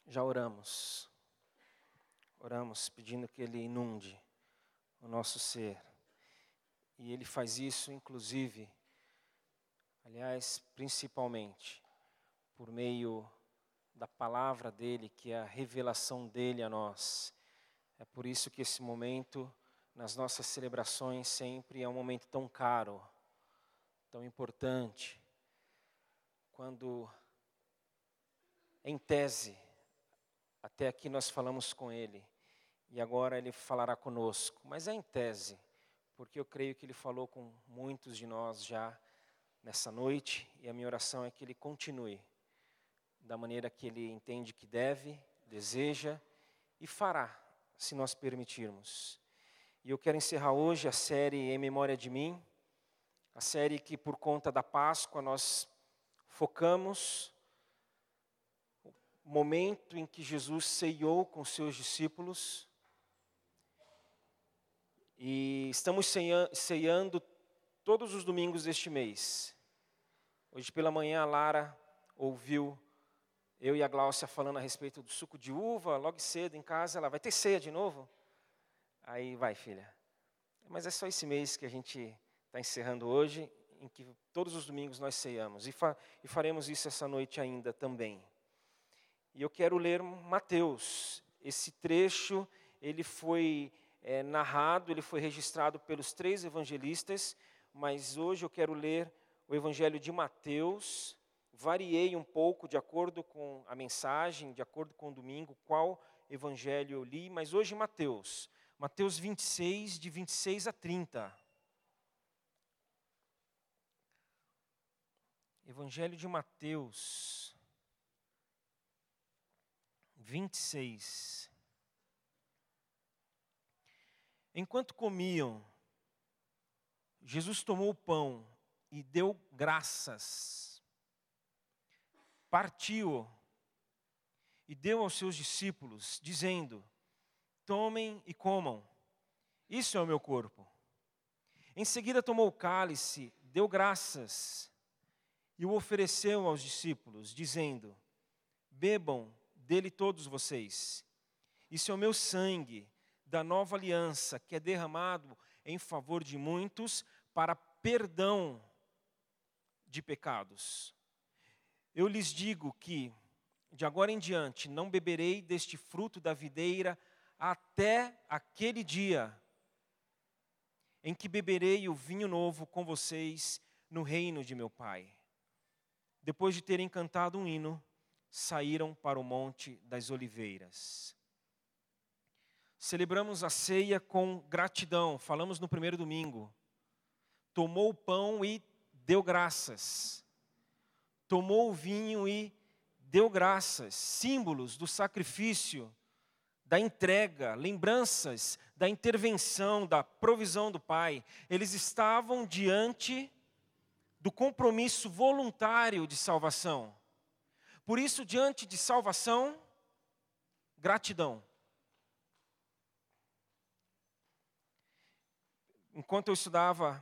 Já oramos. Oramos pedindo que Ele inunde o nosso ser. E Ele faz isso, inclusive, aliás, principalmente, por meio da palavra dEle, que é a revelação dEle a nós. É por isso que esse momento, nas nossas celebrações, sempre é um momento tão caro, tão importante. Quando, em tese, até aqui nós falamos com Ele, e agora Ele falará conosco. Mas é em tese, porque eu creio que Ele falou com muitos de nós já nessa noite, e a minha oração é que Ele continue da maneira que Ele entende que deve, deseja e fará, se nós permitirmos. E eu quero encerrar hoje a série Em Memória de Mim, a série que por conta da Páscoa nós focamos o momento em que Jesus ceiou com seus discípulos. E estamos ceiando todos os domingos deste mês. Hoje pela manhã a Lara ouviu eu e a Gláucia falando a respeito do suco de uva, logo cedo em casa. Ela vai ter ceia de novo? Aí vai, filha. Mas é só esse mês que a gente está encerrando hoje, em que todos os domingos nós ceiamos. E faremos isso essa noite ainda também. E eu quero ler Mateus. Esse trecho, ele foi narrado, ele foi registrado pelos 3 evangelistas, mas hoje eu quero ler o Evangelho de Mateus. Variei um pouco de acordo com a mensagem, de acordo com o domingo, qual evangelho eu li, mas hoje Mateus. Mateus 26, de 26 a 30. Evangelho de Mateus 26. Enquanto comiam, Jesus tomou o pão e deu graças. Partiu e deu aos seus discípulos, dizendo: tomem e comam, isso é o meu corpo. Em seguida tomou o cálice, deu graças e o ofereceu aos discípulos, dizendo: bebam dele todos vocês, isso é o meu sangue da nova aliança, que é derramado em favor de muitos para perdão de pecados. Eu lhes digo que, de agora em diante, não beberei deste fruto da videira até aquele dia em que beberei o vinho novo com vocês no reino de meu Pai. Depois de terem cantado um hino, saíram para o Monte das Oliveiras. Celebramos a ceia com gratidão, falamos no primeiro domingo. Tomou o pão e deu graças. Tomou o vinho e deu graças, símbolos do sacrifício, da entrega, lembranças da intervenção, da provisão do Pai. Eles estavam diante do compromisso voluntário de salvação. Por isso, diante de salvação, gratidão. Enquanto eu estudava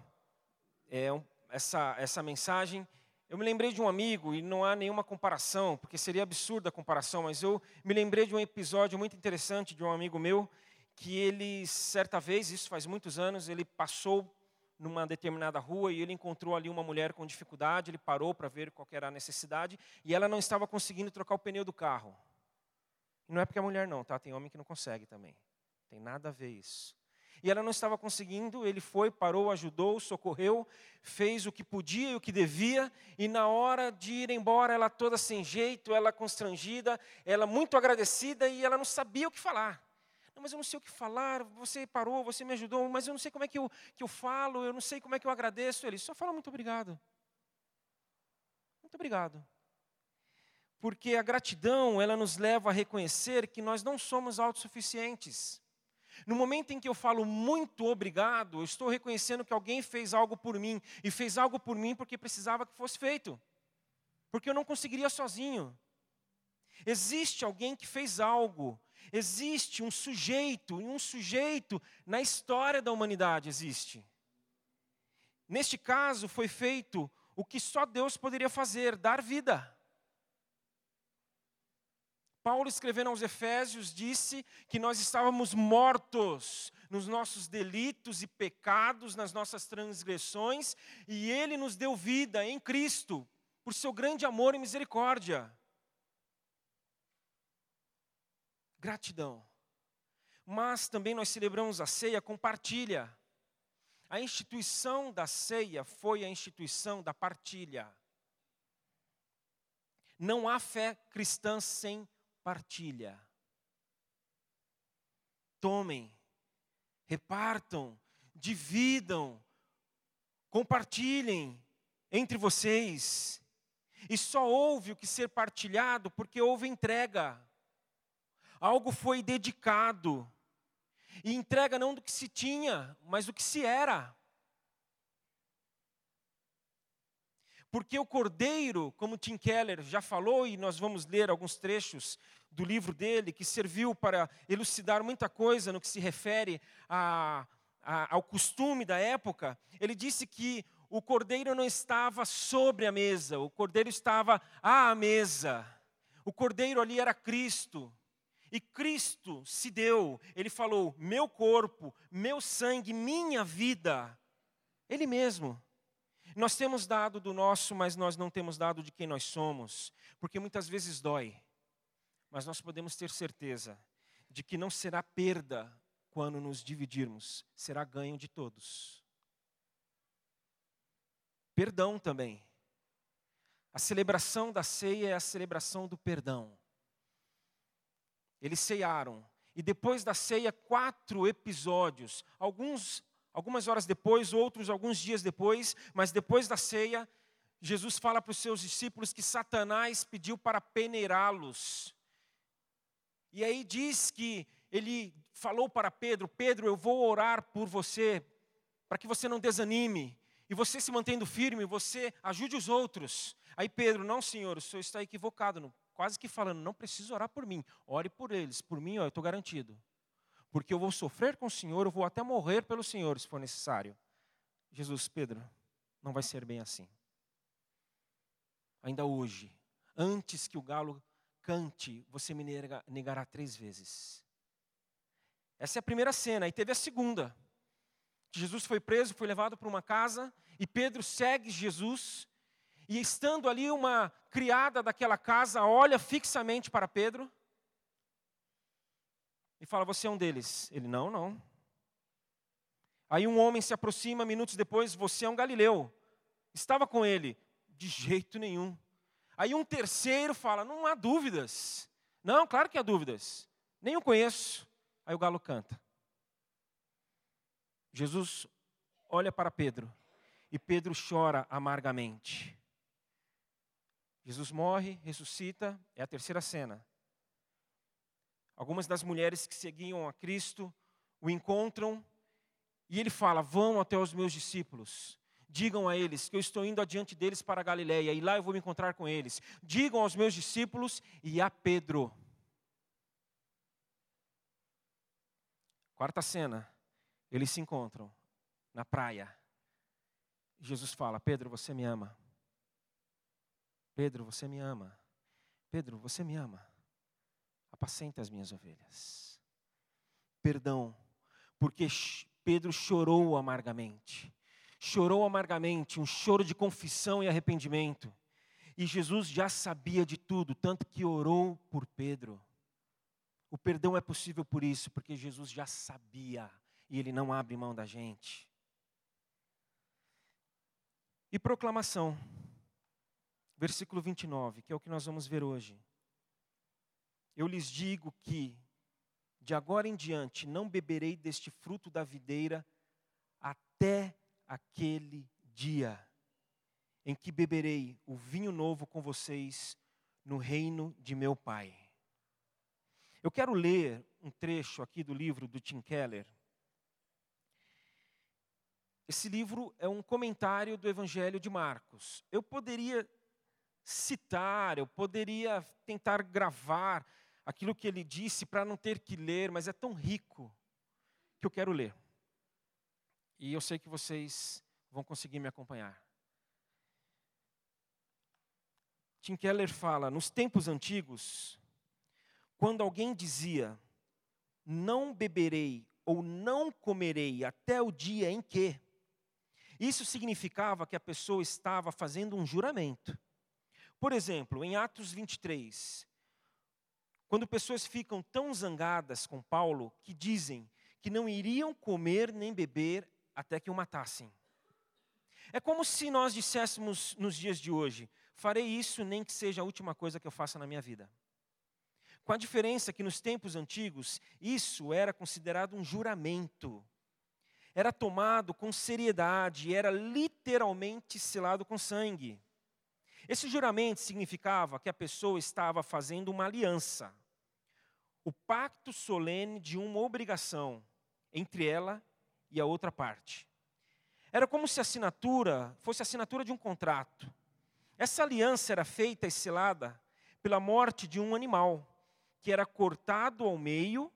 essa mensagem, eu me lembrei de um amigo, e não há nenhuma comparação, porque seria absurda a comparação, mas eu me lembrei de um episódio muito interessante de um amigo meu, que ele, certa vez, isso faz muitos anos, ele passou numa determinada rua e ele encontrou ali uma mulher com dificuldade, ele parou para ver qual era a necessidade, e ela não estava conseguindo trocar o pneu do carro. E não é porque é mulher não, tá? Tem homem que não consegue também. Tem nada a ver isso. E ela não estava conseguindo, ele foi, parou, ajudou, socorreu, fez o que podia e o que devia, e na hora de ir embora, ela toda sem jeito, ela constrangida, ela muito agradecida, e ela não sabia o que falar. Não, mas eu não sei o que falar, você parou, você me ajudou, mas eu não sei como é que eu falo, eu não sei como é que eu agradeço. Ele só fala muito obrigado. Muito obrigado. Porque a gratidão, ela nos leva a reconhecer que nós não somos autossuficientes. No momento em que eu falo muito obrigado, eu estou reconhecendo que alguém fez algo por mim. E fez algo por mim porque precisava que fosse feito. Porque eu não conseguiria sozinho. Existe alguém que fez algo. Existe um sujeito, e um sujeito na história da humanidade existe. Neste caso foi feito o que só Deus poderia fazer, dar vida. Paulo, escrevendo aos Efésios, disse que nós estávamos mortos nos nossos delitos e pecados, nas nossas transgressões, e Ele nos deu vida em Cristo, por seu grande amor e misericórdia. Gratidão. Mas também nós celebramos a ceia com partilha. A instituição da ceia foi a instituição da partilha. Não há fé cristã sem partilha. Tomem, repartam, dividam, compartilhem entre vocês. E só houve o que ser partilhado porque houve entrega. Algo foi dedicado. E entrega não do que se tinha, mas do que se era. Porque o cordeiro, como Tim Keller já falou, e nós vamos ler alguns trechos do livro dele, que serviu para elucidar muita coisa no que se refere ao costume da época, ele disse que o cordeiro não estava sobre a mesa, o cordeiro estava à mesa. O cordeiro ali era Cristo. E Cristo se deu, Ele falou, meu corpo, meu sangue, minha vida. Ele mesmo. Nós temos dado do nosso, mas nós não temos dado de quem nós somos, porque muitas vezes dói. Mas nós podemos ter certeza de que não será perda quando nos dividirmos, será ganho de todos. Perdão também. A celebração da ceia é a celebração do perdão. Eles ceiaram, e depois da ceia, 4 episódios, algumas horas depois, outros alguns dias depois, mas depois da ceia, Jesus fala para os seus discípulos que Satanás pediu para peneirá-los. E aí diz que ele falou para Pedro, Pedro, eu vou orar por você, para que você não desanime, e você se mantendo firme, você ajude os outros. Aí Pedro, não senhor, o senhor está equivocado, quase que falando, não precisa orar por mim, ore por eles, por mim eu estou garantido. Porque eu vou sofrer com o Senhor, eu vou até morrer pelo Senhor, se for necessário. Jesus, Pedro, não vai ser bem assim. Ainda hoje, antes que o galo cante, você me negará 3 vezes. Essa é a primeira cena, e teve a segunda. Jesus foi preso, foi levado para uma casa, e Pedro segue Jesus, e estando ali uma criada daquela casa, olha fixamente para Pedro, e fala, você é um deles. Ele, não. Aí um homem se aproxima, minutos depois, você é um galileu. Estava com ele. De jeito nenhum. Aí um terceiro fala, não há dúvidas. Não, claro que há dúvidas. Nem o conheço. Aí o galo canta. Jesus olha para Pedro. E Pedro chora amargamente. Jesus morre, ressuscita, é a terceira cena. Algumas das mulheres que seguiam a Cristo o encontram e ele fala, vão até os meus discípulos, digam a eles que eu estou indo adiante deles para a Galileia e lá eu vou me encontrar com eles. Digam aos meus discípulos e a Pedro. Quarta cena, eles se encontram na praia. Jesus fala, Pedro, você me ama. Pedro, você me ama. Pedro, você me ama. Apacenta as minhas ovelhas. Perdão, porque Pedro chorou amargamente. Chorou amargamente, um choro de confissão e arrependimento. E Jesus já sabia de tudo, tanto que orou por Pedro. O perdão é possível por isso, porque Jesus já sabia e Ele não abre mão da gente. E proclamação. Versículo 29, que é o que nós vamos ver hoje. Eu lhes digo que, de agora em diante, não beberei deste fruto da videira até aquele dia em que beberei o vinho novo com vocês no reino de meu Pai. Eu quero ler um trecho aqui do livro do Tim Keller. Esse livro é um comentário do Evangelho de Marcos. Eu poderia citar, eu poderia tentar gravar aquilo que ele disse para não ter que ler, mas é tão rico que eu quero ler. E eu sei que vocês vão conseguir me acompanhar. Tim Keller fala, nos tempos antigos, quando alguém dizia, não beberei ou não comerei até o dia em que, isso significava que a pessoa estava fazendo um juramento. Por exemplo, em Atos 23, quando pessoas ficam tão zangadas com Paulo que dizem que não iriam comer nem beber até que o matassem. É como se nós disséssemos nos dias de hoje, farei isso nem que seja a última coisa que eu faça na minha vida. Com a diferença que nos tempos antigos, isso era considerado um juramento. Era tomado com seriedade, era literalmente selado com sangue. Esse juramento significava que a pessoa estava fazendo uma aliança. O pacto solene de uma obrigação entre ela e a outra parte. Era como se a assinatura fosse a assinatura de um contrato. Essa aliança era feita e selada pela morte de um animal, que era cortado ao meio,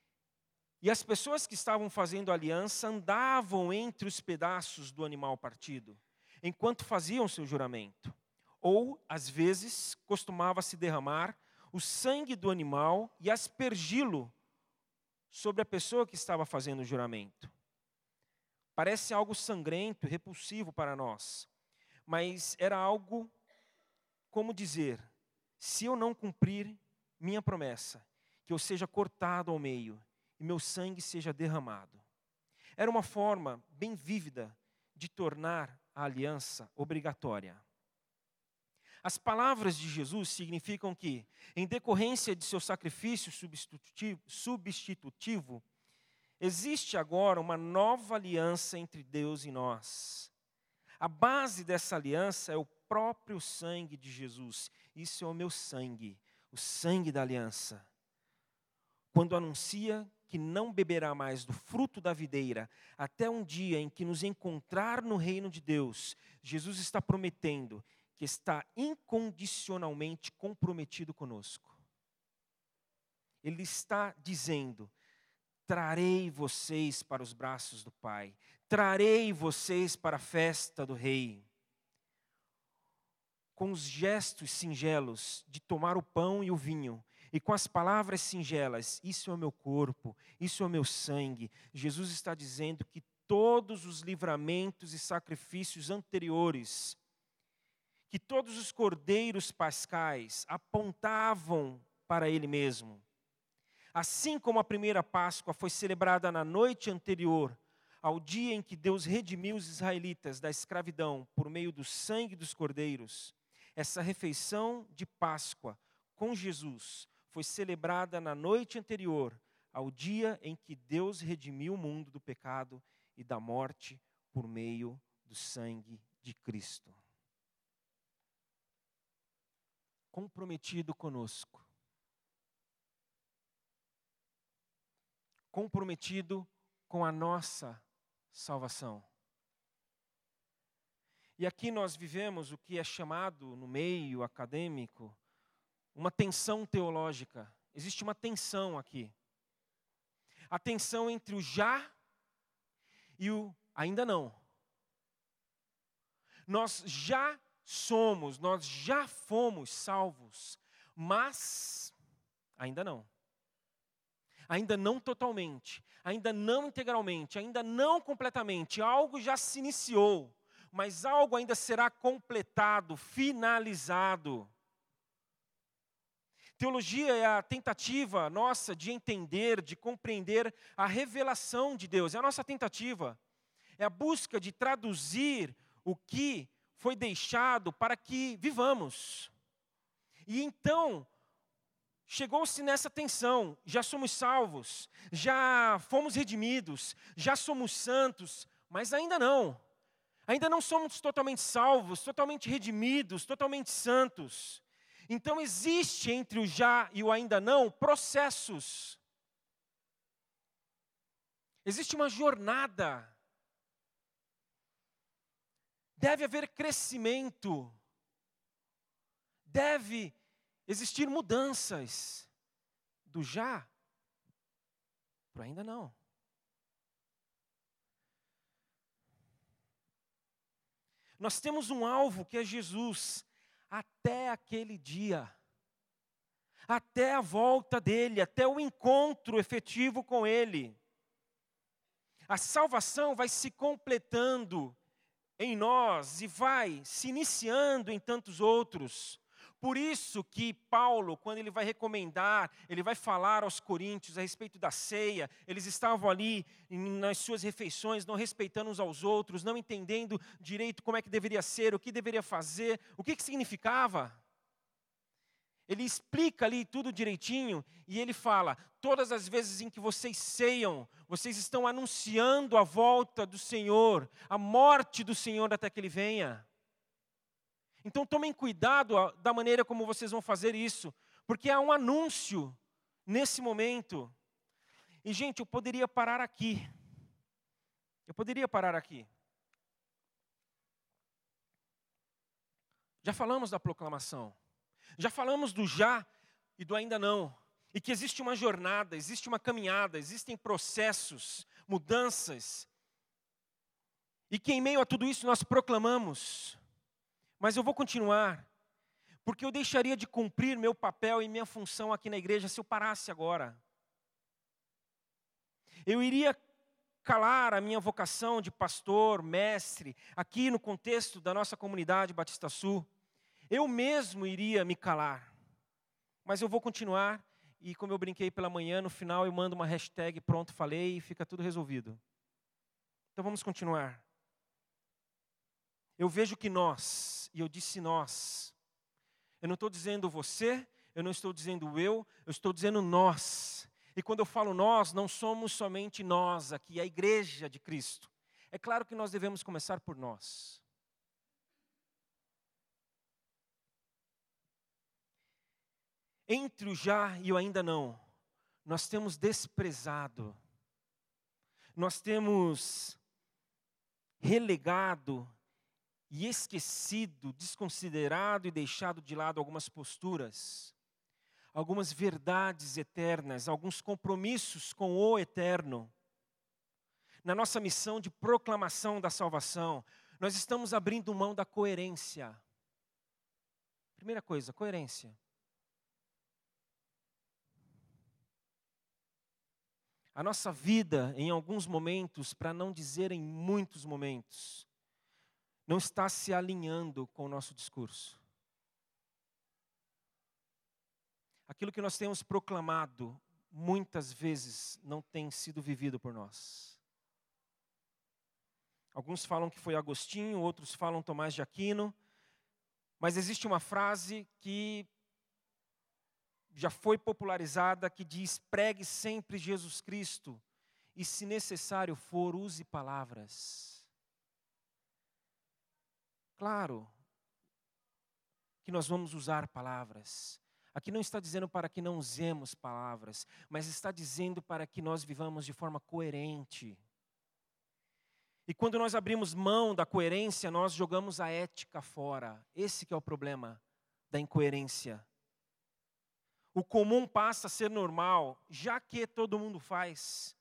e as pessoas que estavam fazendo a aliança andavam entre os pedaços do animal partido, enquanto faziam seu juramento. Ou, às vezes, costumava-se derramar o sangue do animal e aspergi-lo sobre a pessoa que estava fazendo o juramento. Parece algo sangrento e repulsivo para nós, mas era algo como dizer, se eu não cumprir minha promessa, que eu seja cortado ao meio e meu sangue seja derramado. Era uma forma bem vívida de tornar a aliança obrigatória. As palavras de Jesus significam que, em decorrência de seu sacrifício substitutivo, existe agora uma nova aliança entre Deus e nós. A base dessa aliança é o próprio sangue de Jesus. Isso é o meu sangue, o sangue da aliança. Quando anuncia que não beberá mais do fruto da videira, até um dia em que nos encontrar no reino de Deus, Jesus está prometendo que está incondicionalmente comprometido conosco. Ele está dizendo, trarei vocês para os braços do Pai, trarei vocês para a festa do Rei. Com os gestos singelos de tomar o pão e o vinho, e com as palavras singelas, isso é o meu corpo, isso é o meu sangue, Jesus está dizendo que todos os livramentos e sacrifícios anteriores, que todos os cordeiros pascais apontavam para Ele mesmo. Assim como a primeira Páscoa foi celebrada na noite anterior ao dia em que Deus redimiu os israelitas da escravidão por meio do sangue dos cordeiros, essa refeição de Páscoa com Jesus foi celebrada na noite anterior ao dia em que Deus redimiu o mundo do pecado e da morte por meio do sangue de Cristo. Comprometido conosco. Comprometido com a nossa salvação. E aqui nós vivemos o que é chamado no meio acadêmico uma tensão teológica. Existe uma tensão aqui. A tensão entre o já e o ainda não. Nós já somos, nós já fomos salvos, mas ainda não. Ainda não totalmente, ainda não integralmente, ainda não completamente. Algo já se iniciou, mas algo ainda será completado, finalizado. Teologia é a tentativa nossa de entender, de compreender a revelação de Deus. É a nossa tentativa. É a busca de traduzir o que foi deixado para que vivamos. E então, chegou-se nessa tensão, já somos salvos, já fomos redimidos, já somos santos, mas ainda não. Ainda não somos totalmente salvos, totalmente redimidos, totalmente santos. Então existe entre o já e o ainda não processos. Existe uma jornada. Deve haver crescimento. Deve existir mudanças do já para o ainda não. Nós temos um alvo que é Jesus até aquele dia. até a volta dele, até o encontro efetivo com ele. A salvação vai se completando em nós e vai se iniciando em tantos outros. Por isso que Paulo, quando ele vai recomendar, ele vai falar aos coríntios a respeito da ceia, eles estavam ali nas suas refeições, não respeitando uns aos outros, não entendendo direito como é que deveria ser, o que deveria fazer, o que significava. Ele explica ali tudo direitinho e ele fala: todas as vezes em que vocês ceiam, vocês estão anunciando a volta do Senhor, a morte do Senhor até que Ele venha. Então tomem cuidado da maneira como vocês vão fazer isso, porque há um anúncio nesse momento. E gente, eu poderia parar aqui. Já falamos da proclamação. Já falamos do já e do ainda não. E que existe uma jornada, existe uma caminhada, existem processos, mudanças. E que em meio a tudo isso nós proclamamos. Mas eu vou continuar, porque eu deixaria de cumprir meu papel e minha função aqui na igreja se eu parasse agora. Eu iria calar a minha vocação de pastor, mestre, aqui no contexto da nossa comunidade Batista Sul. Eu mesmo iria me calar. Mas eu vou continuar e, como eu brinquei pela manhã, no final eu mando uma hashtag, pronto, falei, e fica tudo resolvido. Então vamos continuar. Eu vejo que nós, e eu disse nós, eu não estou dizendo você, eu não estou dizendo eu estou dizendo nós. E quando eu falo nós, não somos somente nós aqui, a igreja de Cristo. É claro que nós devemos começar por nós. Entre o já e o ainda não, nós temos desprezado, nós temos relegado e esquecido, desconsiderado e deixado de lado algumas posturas, algumas verdades eternas, alguns compromissos com o eterno. Na nossa missão de proclamação da salvação, nós estamos abrindo mão da coerência. Primeira coisa, coerência. A nossa vida, em alguns momentos, para não dizer em muitos momentos, não está se alinhando com o nosso discurso. Aquilo que nós temos proclamado, muitas vezes, não tem sido vivido por nós. Alguns falam que foi Agostinho, outros falam Tomás de Aquino, mas existe uma frase que já foi popularizada, que diz: pregue sempre Jesus Cristo, e se necessário for, use palavras. Claro que nós vamos usar palavras. Aqui não está dizendo para que não usemos palavras, mas está dizendo para que nós vivamos de forma coerente. E quando nós abrimos mão da coerência, nós jogamos a ética fora. Esse que é o problema da incoerência. O comum passa a ser normal, já que todo mundo faz.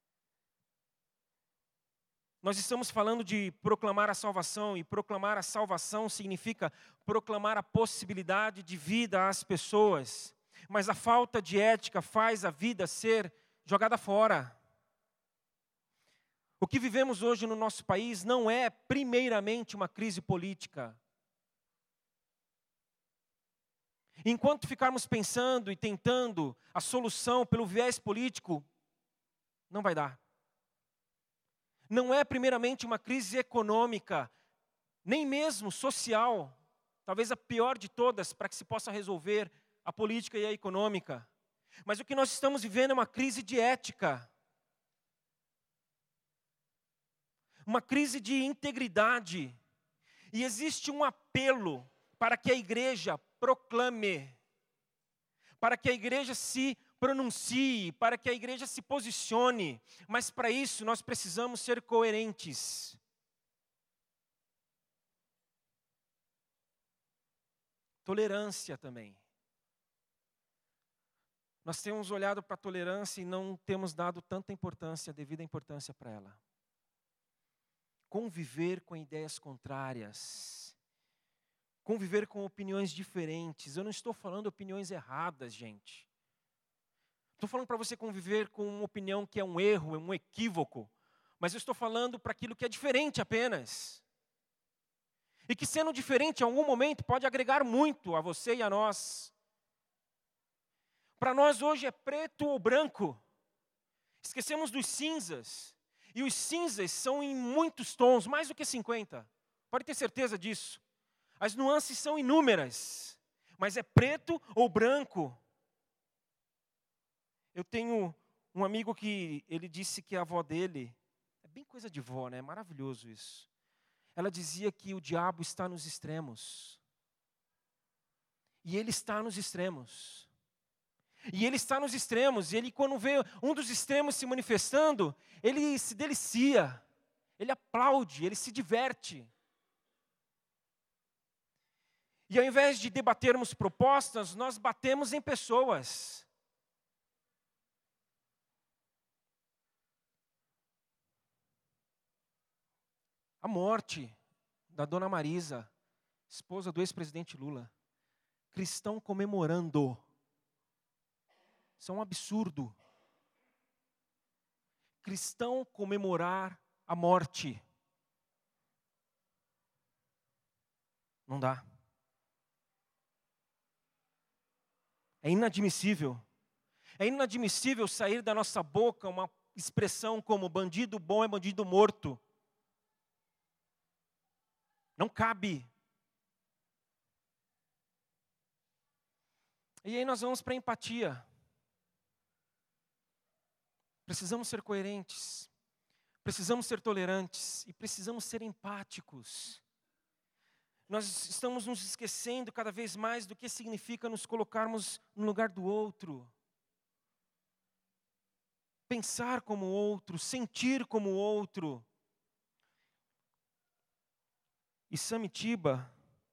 Nós estamos falando de proclamar a salvação, e proclamar a salvação significa proclamar a possibilidade de vida às pessoas. Mas a falta de ética faz a vida ser jogada fora. O que vivemos hoje no nosso país não é primeiramente uma crise política. Enquanto ficarmos pensando e tentando a solução pelo viés político, não vai dar. Não é primeiramente uma crise econômica, nem mesmo social, talvez a pior de todas para que se possa resolver a política e a econômica. Mas o que nós estamos vivendo é uma crise de ética. Uma crise de integridade. E existe um apelo para que a igreja proclame, para que a igreja se pronuncie, para que a igreja se posicione, mas para isso nós precisamos ser coerentes. Tolerância também. Nós temos olhado para a tolerância e não temos dado tanta importância, devida importância para ela. Conviver com ideias contrárias. conviver com opiniões diferentes. Eu não estou falando opiniões erradas, gente. Estou falando para você conviver com uma opinião que é um erro, é um equívoco. Mas eu estou falando para aquilo que é diferente apenas. E que sendo diferente em algum momento pode agregar muito a você e a nós. Para nós hoje é preto ou branco. Esquecemos dos cinzas. E os cinzas são em muitos tons, mais do que 50. Pode ter certeza disso. As nuances são inúmeras. Mas é preto ou branco. Eu tenho um amigo que ele disse que a avó dele, é bem coisa de vó, né? É maravilhoso isso. Ela dizia que o diabo está nos extremos. E ele está nos extremos. E ele está nos extremos. E ele, quando vê um dos extremos se manifestando, ele se delicia. Ele aplaude, ele se diverte. E ao invés de debatermos propostas, nós batemos em pessoas. A morte da dona Marisa, esposa do ex-presidente Lula. Cristão comemorando. Isso é um absurdo. Cristão comemorar a morte. Não dá. É inadmissível. É inadmissível sair da nossa boca uma expressão como bandido bom é bandido morto. Não cabe. E aí nós vamos para a empatia. Precisamos ser coerentes. Precisamos ser tolerantes. E precisamos ser empáticos. Nós estamos nos esquecendo cada vez mais do que significa nos colocarmos no lugar do outro. Pensar como o outro, sentir como o outro. E Samitiba,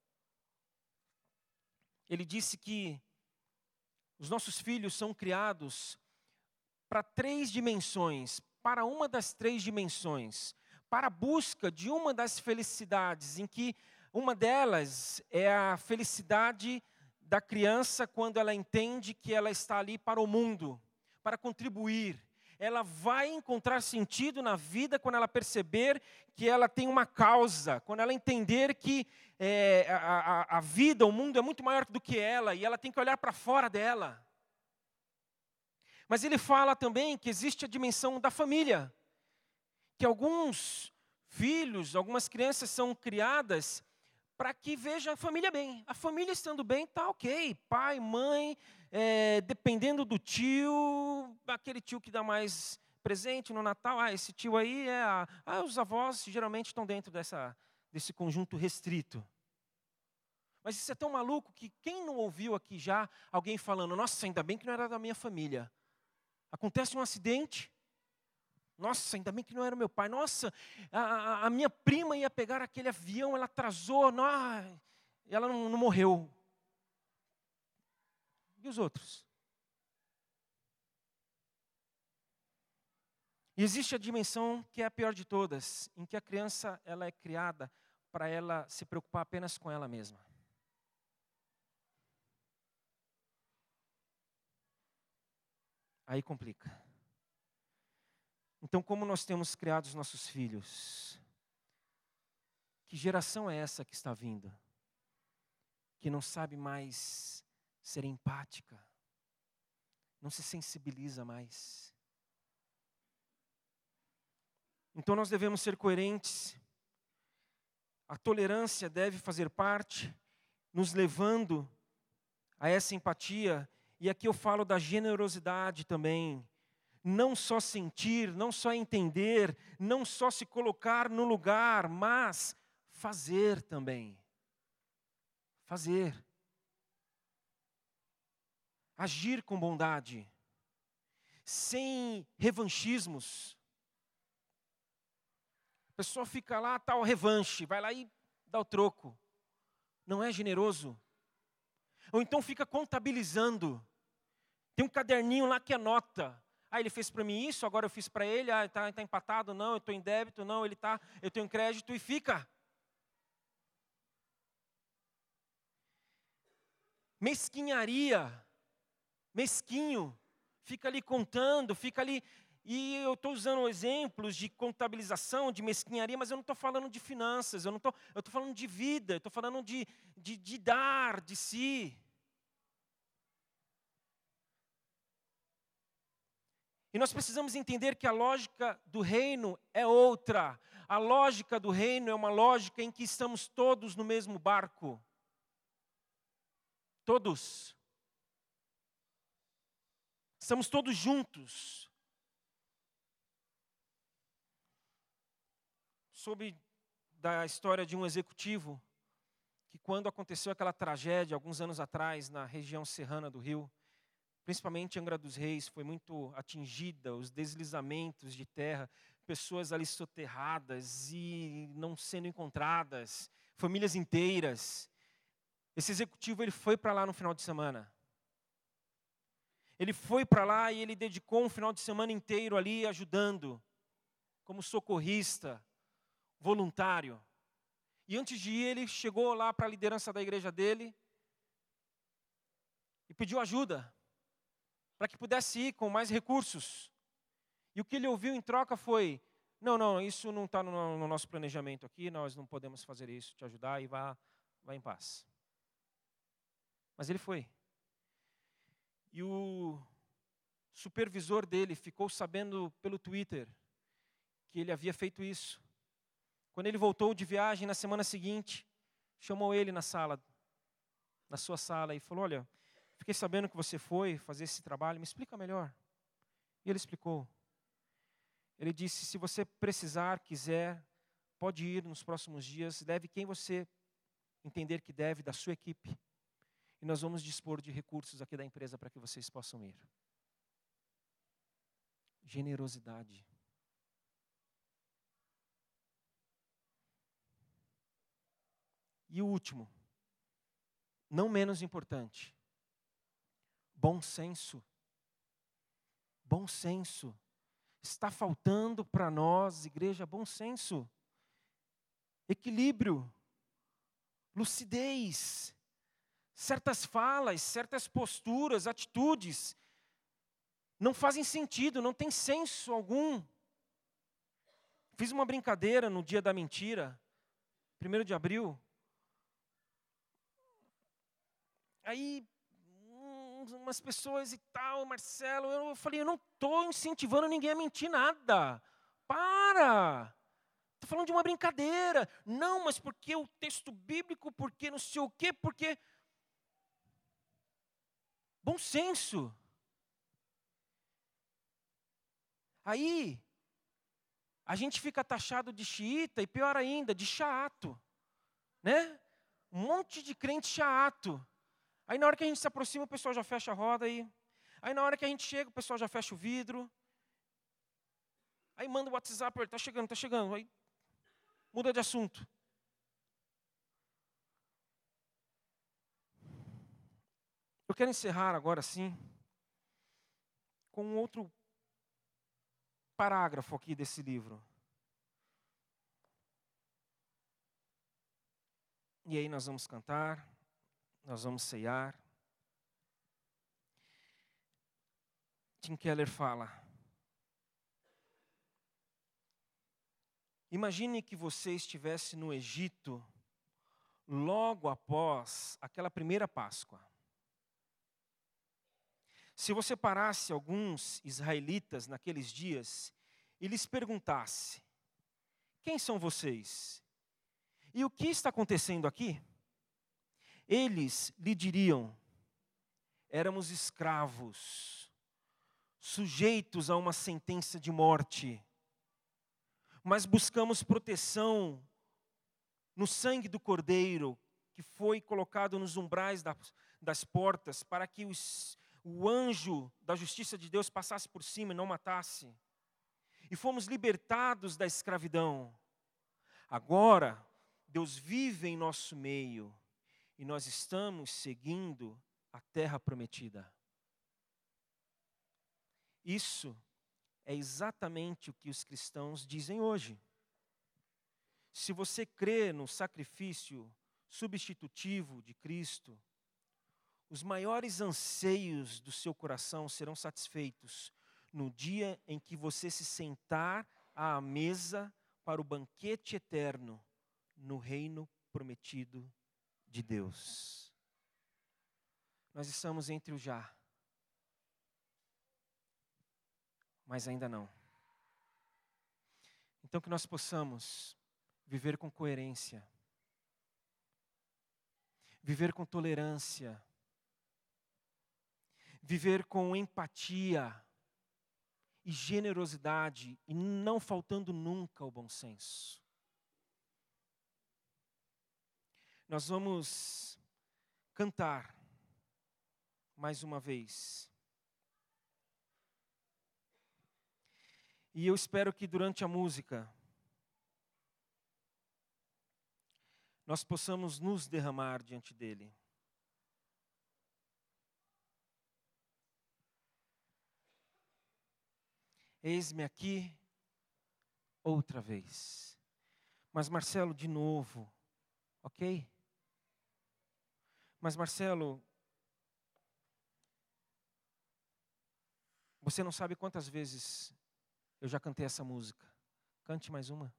ele disse que os nossos filhos são criados para 3 dimensões, para uma das 3 dimensões, para a busca de uma das felicidades, em que uma delas é a felicidade da criança quando ela entende que ela está ali para o mundo, para contribuir. Ela vai encontrar sentido na vida quando ela perceber que ela tem uma causa, quando ela entender que a vida, o mundo é muito maior do que ela e ela tem que olhar para fora dela. Mas ele fala também que existe a dimensão da família, que alguns filhos, algumas crianças são criadas para que veja a família bem. A família estando bem, tá ok. Pai, mãe, dependendo do tio, aquele tio que dá mais presente no Natal, esse tio aí os avós geralmente estão dentro desse conjunto restrito. Mas isso é tão maluco que quem não ouviu aqui já alguém falando, nossa, ainda bem que não era da minha família. Acontece um acidente, nossa, ainda bem que não era meu pai. Nossa, a minha prima ia pegar aquele avião, ela atrasou, ela não morreu. E os outros? E existe a dimensão que é a pior de todas, em que a criança ela é criada para ela se preocupar apenas com ela mesma. Aí complica. Então, como nós temos criado os nossos filhos? Que geração é essa que está vindo? Que não sabe mais ser empática, não se sensibiliza mais. Então nós devemos ser coerentes. A tolerância deve fazer parte, nos levando a essa empatia. E aqui eu falo da generosidade também. Não só sentir, não só entender, não só se colocar no lugar, mas fazer também. Fazer. Agir com bondade. Sem revanchismos. A pessoa fica lá, tal revanche, vai lá e dá o troco. Não é generoso. Ou então fica contabilizando. Tem um caderninho lá que anota. Ele fez para mim isso, agora eu fiz para ele, está empatado, não, eu estou em débito, não, eu tenho em crédito, e fica. Mesquinharia, mesquinho, fica ali contando, fica ali. E eu estou usando exemplos de contabilização, de mesquinharia, mas eu não estou falando de finanças, eu estou falando de vida, eu estou falando de dar de si. E nós precisamos entender que a lógica do reino é outra. A lógica do reino é uma lógica em que estamos todos no mesmo barco. Todos. Estamos todos juntos. Soube da história de um executivo que, quando aconteceu aquela tragédia, alguns anos atrás, na região serrana do Rio, principalmente Angra dos Reis, foi muito atingida, os deslizamentos de terra, pessoas ali soterradas e não sendo encontradas, famílias inteiras. Esse executivo, ele foi para lá no final de semana. Ele foi para lá e ele dedicou um final de semana inteiro ali ajudando, como socorrista, voluntário. E antes de ir, ele chegou lá para a liderança da igreja dele e pediu ajuda, para que pudesse ir com mais recursos. E o que ele ouviu em troca foi: não, isso não está no nosso planejamento aqui, nós não podemos fazer isso, te ajudar, e vá em paz. Mas ele foi. E o supervisor dele ficou sabendo pelo Twitter que ele havia feito isso. Quando ele voltou de viagem na semana seguinte, chamou ele na sua sala, e falou: olha, fiquei sabendo que você foi fazer esse trabalho, me explica melhor. E ele explicou. Ele disse: se você precisar, quiser, pode ir nos próximos dias, leve quem você entender que deve da sua equipe. E nós vamos dispor de recursos aqui da empresa para que vocês possam ir. Generosidade. E o último, não menos importante, bom senso. Bom senso. Está faltando para nós, igreja, bom senso. Equilíbrio. Lucidez. Certas falas, certas posturas, atitudes não fazem sentido, não tem senso algum. Fiz uma brincadeira no dia da mentira, 1º de abril. Aí, umas pessoas e tal, Marcelo, eu falei: eu não estou incentivando ninguém a mentir nada. Para! Estou falando de uma brincadeira. Não, mas porque o texto bíblico, porque não sei o quê, porque... Bom senso. Aí, a gente fica taxado de xiita e, pior ainda, de chato. Né? Um monte de crente chato. Aí na hora que a gente se aproxima, o pessoal já fecha a roda aí. Aí na hora que a gente chega, o pessoal já fecha o vidro. Aí manda o WhatsApp, está chegando. Aí muda de assunto. Eu quero encerrar agora sim com um outro parágrafo aqui desse livro. E aí nós vamos cantar, nós vamos ceiar. Tim Keller fala: imagine que você estivesse no Egito logo após aquela primeira Páscoa. Se você parasse alguns israelitas naqueles dias e lhes perguntasse: quem são vocês? E o que está acontecendo aqui? Eles lhe diriam: éramos escravos, sujeitos a uma sentença de morte, mas buscamos proteção no sangue do Cordeiro, que foi colocado nos umbrais das portas, para que o anjo da justiça de Deus passasse por cima e não matasse. E fomos libertados da escravidão. Agora, Deus vive em nosso meio e nós estamos seguindo a terra prometida. Isso é exatamente o que os cristãos dizem hoje. Se você crê no sacrifício substitutivo de Cristo, os maiores anseios do seu coração serão satisfeitos no dia em que você se sentar à mesa para o banquete eterno no reino prometido de Deus. Nós estamos entre o já, mas ainda não. Então que nós possamos viver com coerência, viver com tolerância, viver com empatia e generosidade e não faltando nunca o bom senso. Nós vamos cantar mais uma vez. E eu espero que durante a música nós possamos nos derramar diante dele. Eis-me aqui outra vez. Mas Marcelo, de novo, ok? Mas Marcelo, você não sabe quantas vezes eu já cantei essa música. Cante mais uma.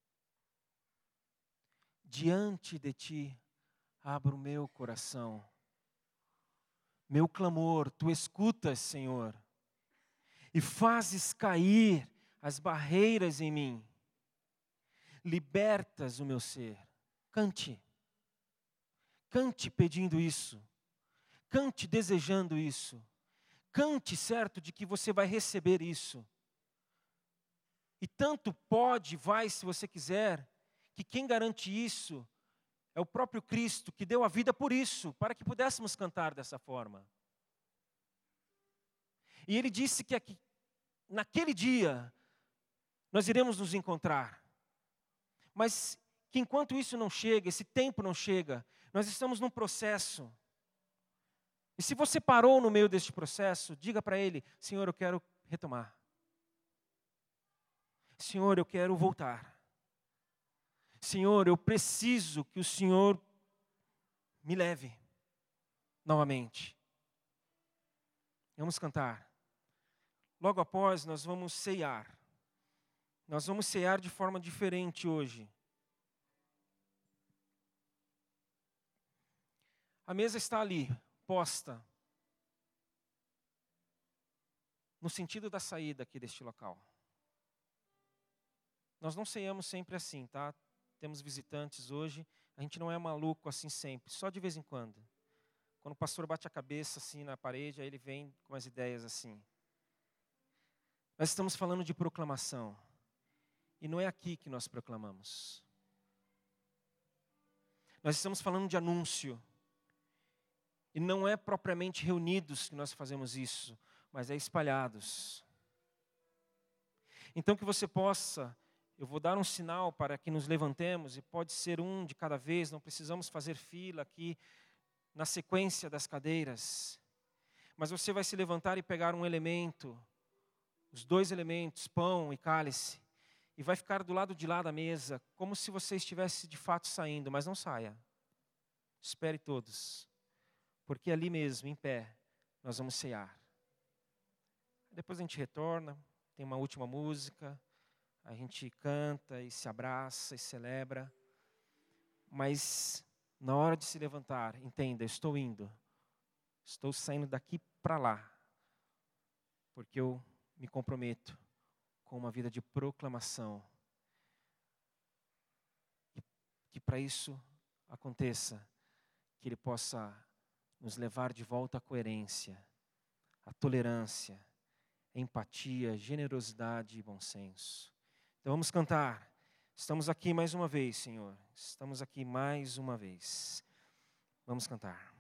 Diante de ti abro o meu coração. Meu clamor, tu escutas, Senhor, e fazes cair as barreiras em mim. Libertas o meu ser. Cante. Cante pedindo isso. Cante desejando isso. Cante certo de que você vai receber isso. E tanto pode, vai, se você quiser, que quem garante isso é o próprio Cristo, que deu a vida por isso, para que pudéssemos cantar dessa forma. E ele disse que aqui, naquele dia, nós iremos nos encontrar. Mas que enquanto isso não chega, esse tempo não chega, nós estamos num processo. E se você parou no meio deste processo, diga para ele: Senhor, eu quero retomar. Senhor, eu quero voltar. Senhor, eu preciso que o Senhor me leve novamente. Vamos cantar. Logo após, nós vamos ceiar. Nós vamos ceiar de forma diferente hoje. A mesa está ali, posta, no sentido da saída aqui deste local. Nós não ceiamos sempre assim, tá? Temos visitantes hoje, a gente não é maluco assim sempre, só de vez em quando. Quando o pastor bate a cabeça assim na parede, aí ele vem com as ideias assim. Nós estamos falando de proclamação. E não é aqui que nós proclamamos. Nós estamos falando de anúncio. E não é propriamente reunidos que nós fazemos isso, mas é espalhados. Então que você possa, eu vou dar um sinal para que nos levantemos, e pode ser um de cada vez, não precisamos fazer fila aqui na sequência das cadeiras. Mas você vai se levantar e pegar um elemento, os dois elementos, pão e cálice, e vai ficar do lado de lá da mesa, como se você estivesse de fato saindo, mas não saia. Espere todos. Porque ali mesmo, em pé, nós vamos ceiar. Depois a gente retorna, tem uma última música, a gente canta e se abraça e celebra. Mas na hora de se levantar, entenda, eu estou indo. Estou saindo daqui para lá. Porque eu me comprometo com uma vida de proclamação. E que para isso aconteça, que Ele possa nos levar de volta à coerência, à tolerância, à empatia, generosidade e bom senso. Então vamos cantar. Estamos aqui mais uma vez, Senhor. Estamos aqui mais uma vez. Vamos cantar.